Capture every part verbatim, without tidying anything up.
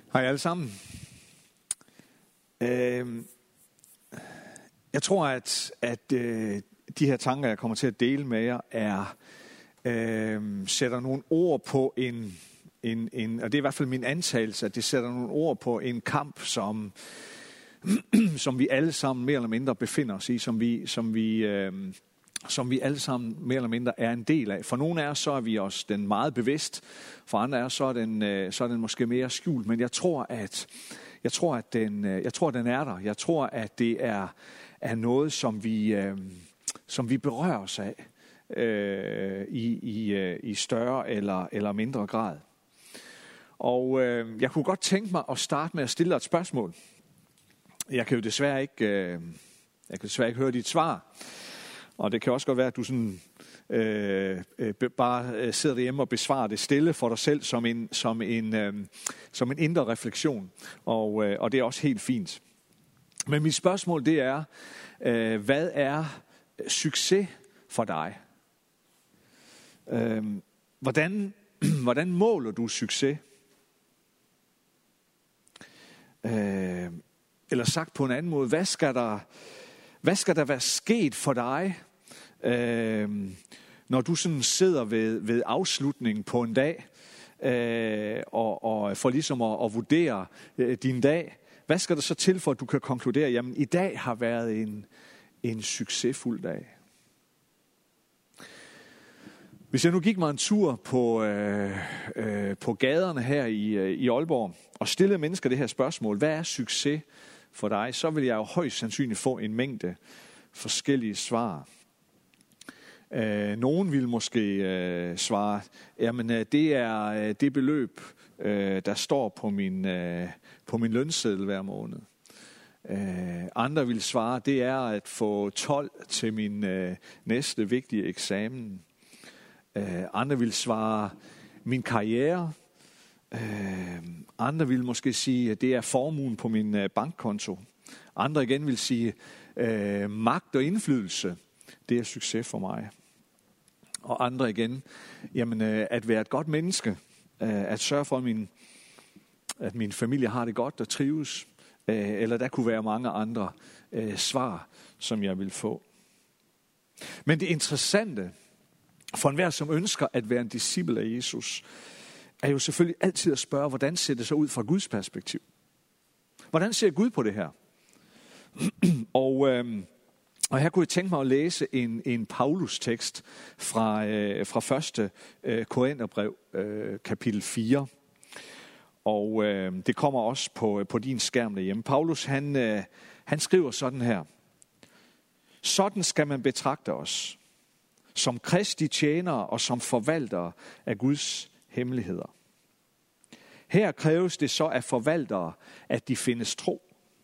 Hej alle sammen. Øh, jeg tror, at, at øh, de her tanker, jeg kommer til at dele med jer, er øh, sætter nogle ord på en, en, en, og det er i hvert fald min antagelse, at det sætter nogle ord på en kamp, som, som vi alle sammen mere eller mindre befinder os i, som vi, som vi, øh, som vi alle sammen mere eller mindre er en del af. For nogle af os, så er vi os den meget bevidst. For andre af os, så er den, øh, så er den måske mere skjult. Men jeg tror, at jeg tror, at den, jeg tror, at den er der. Jeg tror, at det er, er noget, som vi, øh, som vi berører os af øh, i, i, øh, i større eller, eller mindre grad. Og øh, jeg kunne godt tænke mig at starte med at stille dig et spørgsmål. Jeg kan jo desværre ikke, øh, jeg kan desværre ikke høre dit svar. Og det kan også godt være, at du sådan, øh, øh, bare sidder derhjemme og besvarer det stille for dig selv som en, som en, øh, som en indre refleksion. Og, øh, og det er også helt fint. Men mit spørgsmål det er, øh, hvad er succes for dig? Øh, hvordan, hvordan måler du succes? Øh, eller sagt på en anden måde, hvad skal der, hvad skal der være sket for dig, Øh, når du sådan sidder ved, ved afslutningen på en dag, øh, og, og for ligesom at, at vurdere øh, din dag, hvad skal der så til for, at du kan konkludere, jamen i dag har været en, en succesfuld dag? Hvis jeg nu gik mig en tur på, øh, øh, på gaderne her i, øh, i Aalborg, og stillede mennesker det her spørgsmål, hvad er succes for dig, så vil jeg jo højst sandsynligt få en mængde forskellige svar. Øh, nogen vil måske øh, svare, jamen øh, det er øh, det beløb, øh, der står på min, øh, på min lønseddel hver måned. Øh, andre vil svare, det er at få tolv til min øh, næste vigtige eksamen. Øh, andre vil svare, min karriere. Øh, andre vil måske sige, at det er formuen på min øh, bankkonto. Andre igen vil sige, øh, magt og indflydelse. Det er succes for mig. Og andre igen, jamen, øh, at være et godt menneske, øh, at sørge for, at min, at min familie har det godt og trives, øh, eller der kunne være mange andre øh, svar, som jeg vil få. Men det interessante for enhver, som ønsker at være en disciple af Jesus, er jo selvfølgelig altid at spørge, hvordan ser det så ud fra Guds perspektiv? Hvordan ser Gud på det her? og... Øh, Og her kunne jeg tænke mig at læse en, en Paulus-tekst fra, øh, fra første øh, Korintherbrev, øh, kapitel fire. Og øh, det kommer også på, på din skærm derhjemme. Paulus, han, øh, han skriver sådan her. Sådan skal man betragte os, som Kristi tjenere og som forvaltere af Guds hemmeligheder. Her kræves det så af forvaltere, at de findes tro.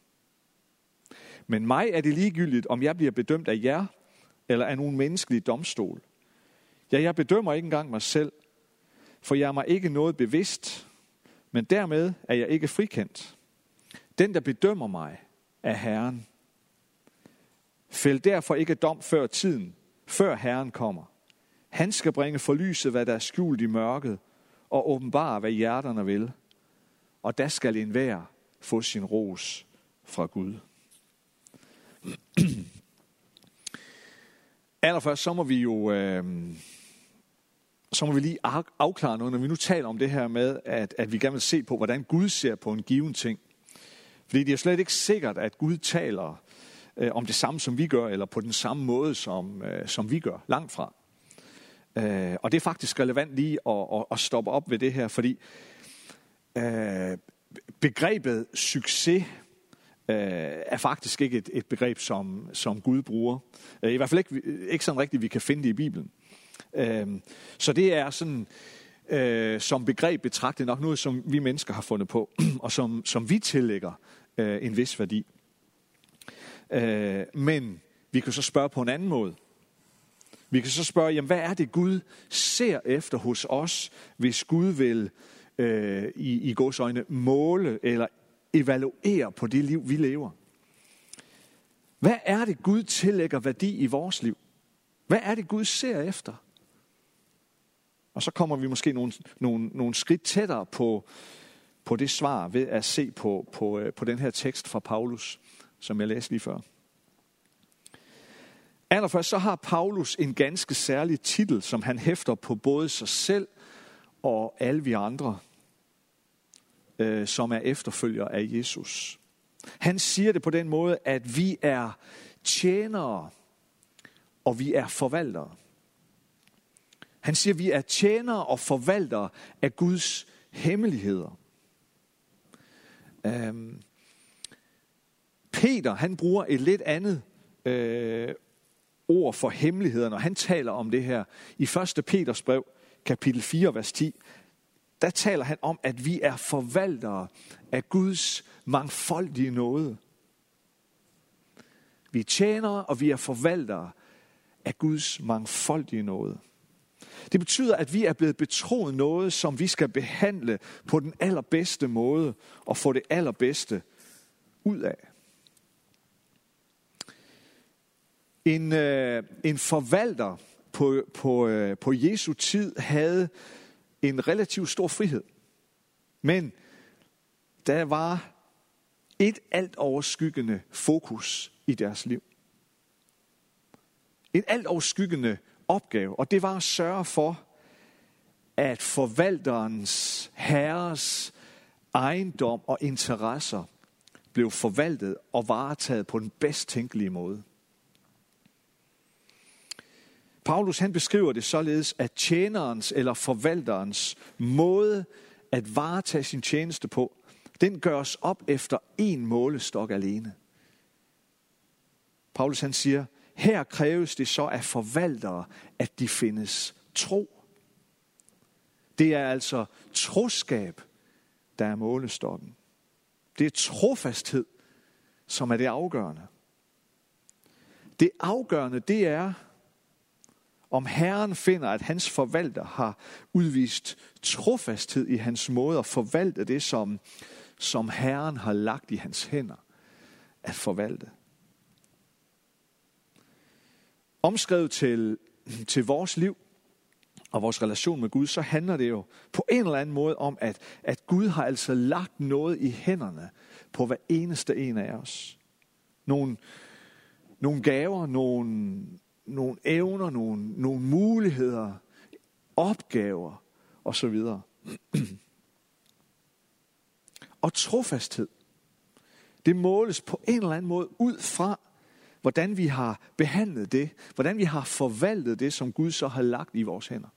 Men mig er det ligegyldigt, om jeg bliver bedømt af jer, eller af nogen menneskelig domstol. Ja, jeg bedømmer ikke engang mig selv, for jeg er mig ikke noget bevidst, men dermed er jeg ikke frikendt. Den, der bedømmer mig, er Herren. Fæld derfor ikke dom før tiden, før Herren kommer. Han skal bringe for lyset, hvad der er skjult i mørket, og åbenbare, hvad hjerterne vil. Og der skal enhver få sin ros fra Gud. Allerførst så må vi jo øh, så må vi lige afklare noget, når vi nu taler om det her med, at, at vi gerne vil se på, hvordan Gud ser på en given ting. Fordi det er slet ikke sikkert, at Gud taler øh, om det samme, som vi gør, eller på den samme måde, som, øh, som vi gør, langt fra. Øh, og det er faktisk relevant lige at, at, at stoppe op ved det her, fordi øh, begrebet succes er faktisk ikke et, et begreb, som, som Gud bruger. I hvert fald ikke, ikke sådan rigtigt, vi kan finde det i Bibelen. Så det er sådan, som begreb betragtet nok noget, som vi mennesker har fundet på, og som, som vi tillægger en vis værdi. Men vi kan så spørge på en anden måde. Vi kan så spørge, jamen, hvad er det Gud ser efter hos os, hvis Gud vil i, i Guds øjne måle eller evaluere på det liv, vi lever. Hvad er det, Gud tillægger værdi i vores liv? Hvad er det, Gud ser efter? Og så kommer vi måske nogle, nogle, nogle skridt tættere på, på det svar ved at se på, på, på den her tekst fra Paulus, som jeg læste lige før. Allerførst så har Paulus en ganske særlig titel, som han hæfter på både sig selv og alle vi andre, øh, som er efterfølgere af Jesus. Han siger det på den måde, at vi er tjenere, og vi er forvaltere. Han siger, at vi er tjenere og forvaltere af Guds hemmeligheder. Øhm, Peter, han bruger et lidt andet øh, ord for hemmeligheder, når han taler om det her. I første Peters brev, kapitel fire, vers ti, der taler han om, at vi er forvaltere af Guds mangfoldige nåde. Vi er tjenere, og vi er forvaltere af Guds mangfoldige nåde. Det betyder, at vi er blevet betroet noget, som vi skal behandle på den allerbedste måde og få det allerbedste ud af. En, øh, en forvalter på, på, øh, på Jesu tid havde en relativt stor frihed. Men der var et alt overskyggende fokus i deres liv. En alt overskyggende opgave, og det var at sørge for, at forvalterens, herres ejendom og interesser blev forvaltet og varetaget på den bedst tænkelige måde. Paulus han beskriver det således, at tjenerens eller forvalterens måde at varetage sin tjeneste på, den gøres op efter en målestok alene. Paulus han siger, her kræves det så af forvaltere, at de findes tro. Det er altså troskab, der er målestokken. Det er trofasthed, som er det afgørende. Det afgørende, det er, om Herren finder, at hans forvalter har udvist trofasthed i hans måde at forvalte det, som, som Herren har lagt i hans hænder at forvalte. Omskrevet til, til vores liv og vores relation med Gud, så handler det jo på en eller anden måde om, at, at Gud har altså lagt noget i hænderne på hver eneste en af os. Nogle, nogle gaver, nogle, nogle evner, nogle, nogle muligheder, opgaver osv. Og trofasthed, det måles på en eller anden måde ud fra, hvordan vi har behandlet det, hvordan vi har forvaltet det, som Gud så har lagt i vores hænder.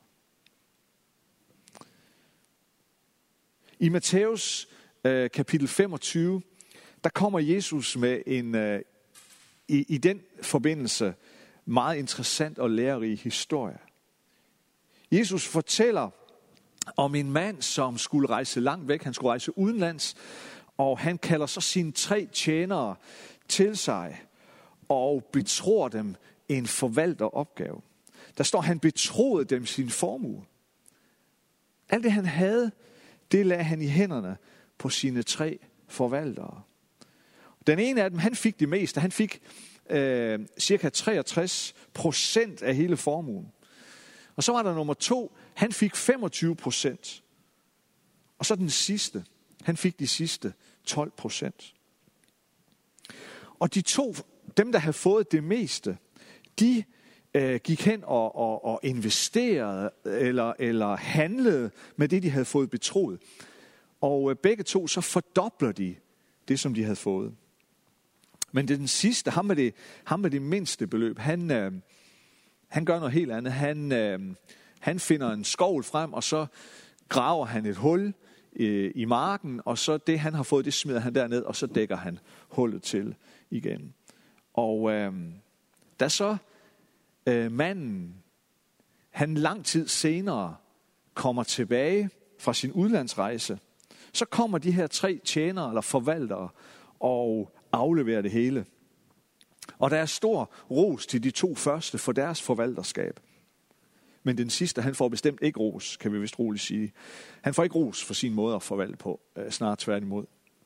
I Matthæus øh, kapitel femogtyve, der kommer Jesus med en, øh, i, i den forbindelse, meget interessant og lærerig historie. Jesus fortæller om en mand, som skulle rejse langt væk, han skulle rejse udenlands, og han kalder så sine tre tjenere til sig, og betror dem en forvalteropgave. Der står, han betroede dem sin formue. Alt det han havde, det lagde han i hænderne på sine tre forvaltere. Den ene af dem, han fik det meste. Han fik øh, cirka treogtres procent af hele formuen. Og så var der nummer to, han fik femogtyve procent. Og så den sidste, han fik de sidste tolv procent. Og de to, dem der havde fået det meste, de øh, gik hen og, og, og investerede eller, eller handlede med det, de havde fået betroet. Og øh, begge to, så fordobler de det, som de havde fået. Men det er den sidste, ham med det, ham med det mindste beløb, han, øh, han gør noget helt andet. Han, øh, han finder en skovl frem, og så graver han et hul øh, i marken, og så det, han har fået, det smider han derned, og så dækker han hullet til igen. Og øh, da så øh, manden, han lang tid senere kommer tilbage fra sin udlandsrejse, så kommer de her tre tjenere eller forvaltere og afleverer det hele. Og der er stor ros til de to første for deres forvalterskab. Men den sidste, han får bestemt ikke ros, kan vi vist roligt sige. Han får ikke ros for sin måde at forvalte på, snarere tværtimod.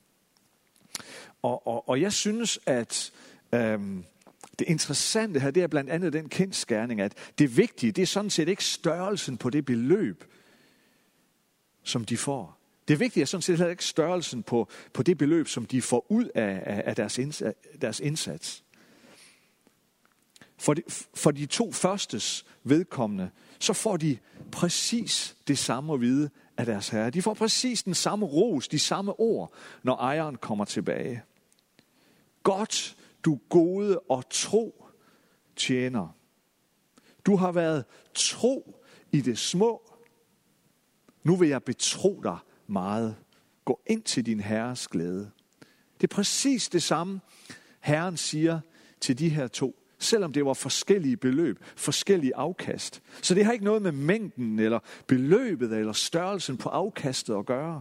Og, og, og jeg synes, at øhm, det interessante her, det er blandt andet den kendsgerning, at det vigtige, det er sådan set ikke størrelsen på det beløb, som de får. Det vigtige er sådan set heller ikke størrelsen på, på det beløb, som de får ud af, af, af deres, indsats, deres indsats. For de, for de to førstes vedkommende, så får de præcis det samme at vide af deres herre. De får præcis den samme ros, de samme ord, når ejeren kommer tilbage. Godt, du gode og tro tjener. Du har været tro i det små. Nu vil jeg betro dig meget. Gå ind til din herres glæde. Det er præcis det samme, Herren siger til de her to. Selvom det var forskellige beløb, forskellige afkast. Så det har ikke noget med mængden, eller beløbet, eller størrelsen på afkastet at gøre.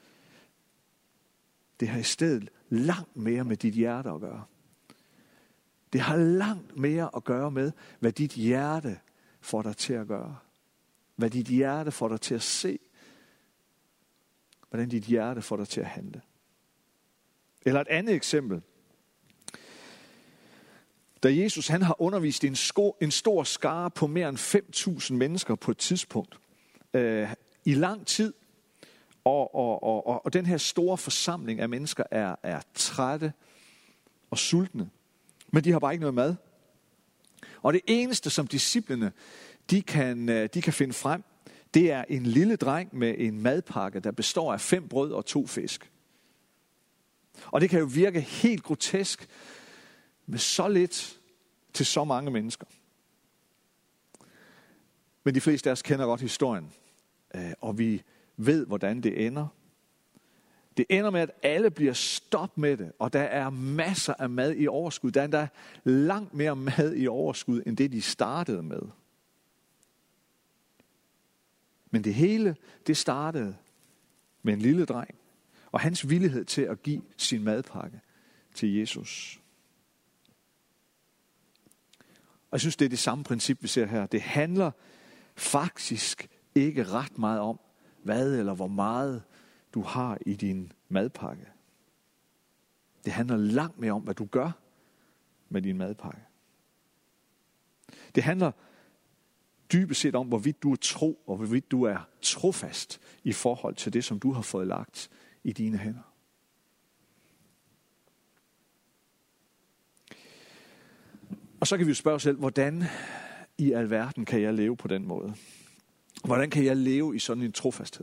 Det har i stedet langt mere med dit hjerte at gøre. Det har langt mere at gøre med, hvad dit hjerte får dig til at gøre. Hvad dit hjerte får dig til at se. Hvordan dit hjerte får dig til at handle. Eller et andet eksempel. Da Jesus han har undervist en, sko, en stor skare på mere end fem tusind mennesker på et tidspunkt. Øh, I lang tid. Og, og, og, og den her store forsamling af mennesker er, er trætte og sultne. Men de har bare ikke noget mad. Og det eneste, som disciplene de kan, de kan finde frem, det er en lille dreng med en madpakke, der består af fem brød og to fisk. Og det kan jo virke helt grotesk med så lidt til så mange mennesker. Men de fleste af os kender godt historien, og vi ved, hvordan det ender. Det ender med, at alle bliver stoppet med det, og der er masser af mad i overskud. Der er endda langt mere mad i overskud, end det de startede med. Men det hele, det startede med en lille dreng, og hans villighed til at give sin madpakke til Jesus. Og jeg synes, det er det samme princip, vi ser her. Det handler faktisk ikke ret meget om, hvad eller hvor meget du har i din madpakke. Det handler langt mere om, hvad du gør med din madpakke. Det handler dybest set om, hvorvidt du er tro, og hvorvidt du er trofast i forhold til det, som du har fået lagt i dine hænder. Og så kan vi jo spørge os selv, hvordan i alverden kan jeg leve på den måde? Hvordan kan jeg leve i sådan en trofasthed?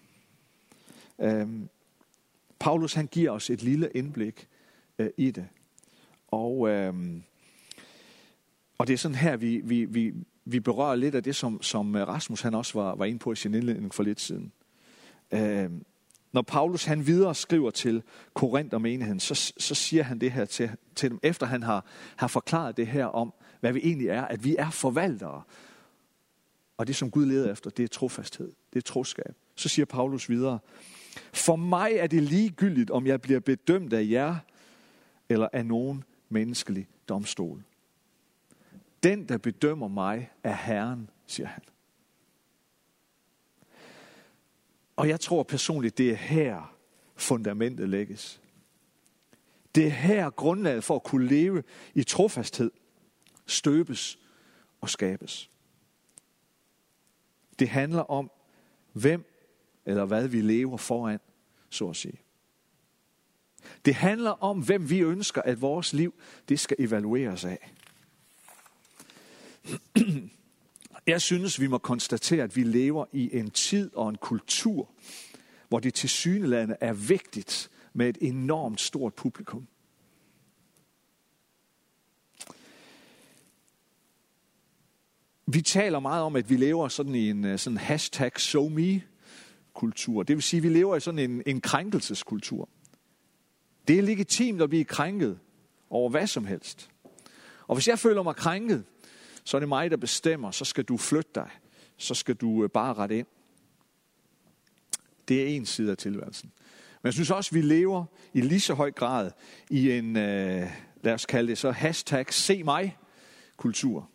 Øhm, Paulus han giver os et lille indblik øh, i det. Og, øhm, og det er sådan her, vi, vi, vi, vi berører lidt af det, som, som Rasmus han også var, var inde på i sin indledning for lidt siden. Øhm, når Paulus han videre skriver til Korinther menigheden, så, så siger han det her til, til dem, efter han har, har forklaret det her om, hvad vi egentlig er, at vi er forvaltere. Og det, som Gud leder efter, det er trofasthed, det er troskab. Så siger Paulus videre, for mig er det ligegyldigt, om jeg bliver bedømt af jer, eller af nogen menneskelig domstol. Den, der bedømmer mig, er Herren, siger han. Og jeg tror personligt, det er her fundamentet lægges. Det er her grundlaget for at kunne leve i trofasthed, støbes og skabes. Det handler om, hvem eller hvad vi lever foran, så at sige. Det handler om, hvem vi ønsker, at vores liv det skal evalueres af. Jeg synes, vi må konstatere, at vi lever i en tid og en kultur, hvor det tilsyneladende er vigtigt med et enormt stort publikum. Vi taler meget om, at vi lever sådan i en sådan hashtag SoMe-kultur. Det vil sige, at vi lever i sådan en, en krænkelseskultur. Det er legitimt at blive krænket over hvad som helst. Og hvis jeg føler mig krænket, så er det mig, der bestemmer. Så skal du flytte dig. Så skal du bare rette ind. Det er en side af tilværelsen. Men jeg synes også, at vi lever i lige så høj grad i en, øh, lad os kalde det så, hashtag se mig-kultur.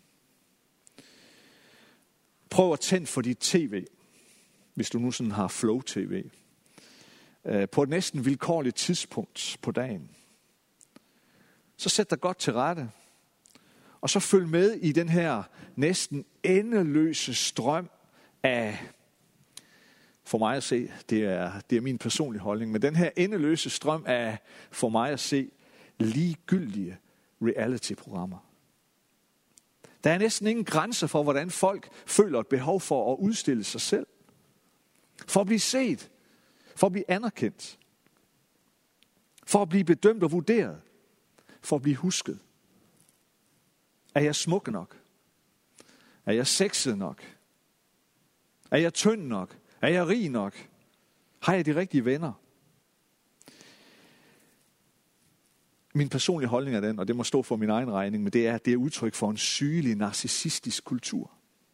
Prøv at tænde for dit tv, hvis du nu sådan har flow-tv, på et næsten vilkårligt tidspunkt på dagen. Så sæt dig godt til rette, og så følg med i den her næsten endeløse strøm af for mig at se, det er, det er min personlige holdning, men den her endeløse strøm af, for mig at se, ligegyldige reality-programmer. Der er næsten ingen grænser for, hvordan folk føler et behov for at udstille sig selv. For at blive set. For at blive anerkendt. For at blive bedømt og vurderet. For at blive husket. Er jeg smuk nok? Er jeg sexet nok? Er jeg tynd nok? Er jeg rig nok? Har jeg de rigtige venner? Min personlige holdning er den, og det må stå for min egen regning, men det er, at det er udtryk for en sygelig, narcissistisk kultur.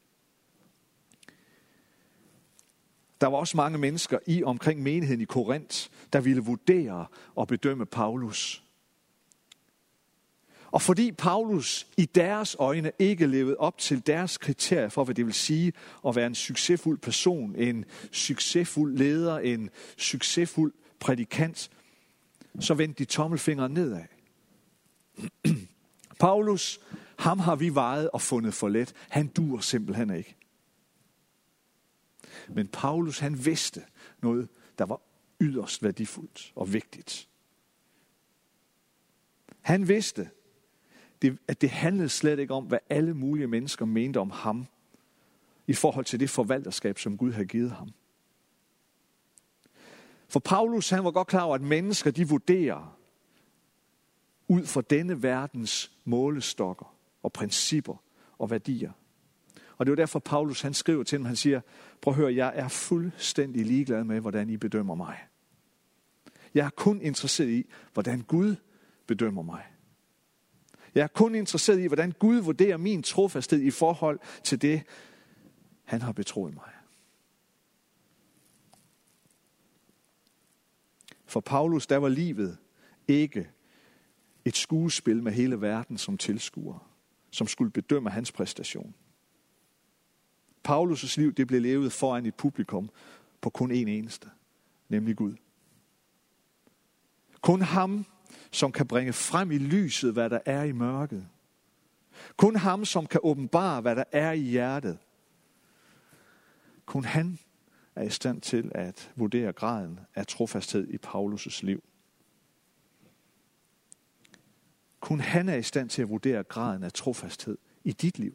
Der var også mange mennesker i omkring menigheden i Korinth, der ville vurdere og bedømme Paulus. Og fordi Paulus i deres øjne ikke levede op til deres kriterier for, hvad det vil sige at være en succesfuld person, en succesfuld leder, en succesfuld prædikant, så vendte de tommelfingeren nedad. Paulus, ham har vi vejet og fundet for let. Han dur simpelthen ikke. Men Paulus, han vidste noget, der var yderst værdifuldt og vigtigt. Han vidste, at det handlede slet ikke om, hvad alle mulige mennesker mente om ham, i forhold til det forvalterskab, som Gud havde givet ham. For Paulus, han var godt klar over, at mennesker, de vurderer ud fra denne verdens målestokker og principper og værdier. Og det er derfor, Paulus, han skriver til dem, han siger, prøv at høre, jeg er fuldstændig ligeglad med, hvordan I bedømmer mig. Jeg er kun interesseret i, hvordan Gud bedømmer mig. Jeg er kun interesseret i, hvordan Gud vurderer min trofasthed i forhold til det, han har betroet mig. For Paulus, der var livet ikke et skuespil med hele verden som tilskuer, som skulle bedømme hans præstation. Paulus' liv, det blev levet foran et publikum på kun en eneste, nemlig Gud. Kun ham, som kan bringe frem i lyset, hvad der er i mørket. Kun ham, som kan åbenbare, hvad der er i hjertet. Kun han er i stand til at vurdere graden af trofasthed i Paulus' liv. Kun han er i stand til at vurdere graden af trofasthed i dit liv.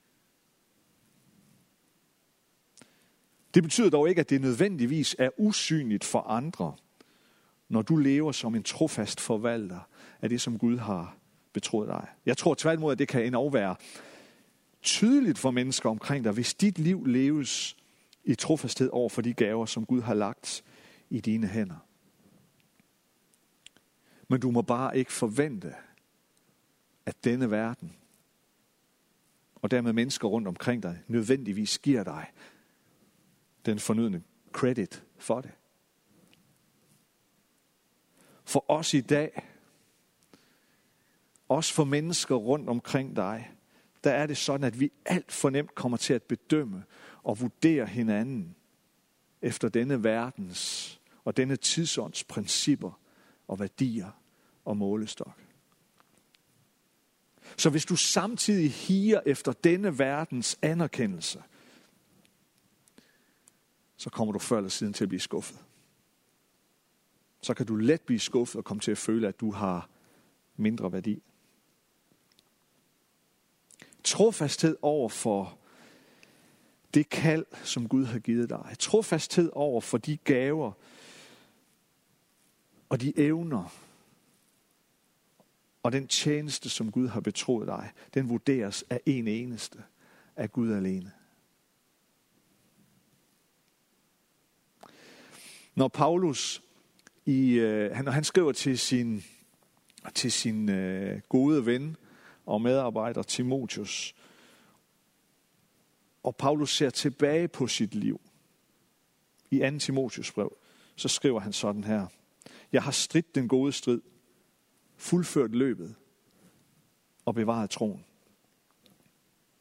Det betyder dog ikke, at det nødvendigvis er usynligt for andre, når du lever som en trofast forvalter af det, som Gud har betroet dig. Jeg tror tværtimod, at det kan endnu være tydeligt for mennesker omkring dig, hvis dit liv leves i trofasthed over for de gaver, som Gud har lagt i dine hænder. Men du må bare ikke forvente, at denne verden, og dermed mennesker rundt omkring dig, nødvendigvis giver dig den fornødne credit for det. For os i dag, også for mennesker rundt omkring dig, der er det sådan, at vi alt for nemt kommer til at bedømme og vurdere hinanden efter denne verdens og denne tidsånds principper og værdier og målestok. Så hvis du samtidig higer efter denne verdens anerkendelse, så kommer du før eller siden til at blive skuffet. Så kan du let blive skuffet og komme til at føle, at du har mindre værdi. Trofasthed over for det kald, som Gud har givet dig. Trofasthed over for de gaver og de evner og den tjeneste, som Gud har betroet dig. Den vurderes af en eneste, af Gud alene. Når Paulus i, øh, han, han skriver til sin, til sin øh, gode ven og medarbejder Timotheus, og Paulus ser tilbage på sit liv i anden Timotheus brev, så skriver han sådan her: Jeg har stridt den gode strid, fuldført løbet og bevaret troen.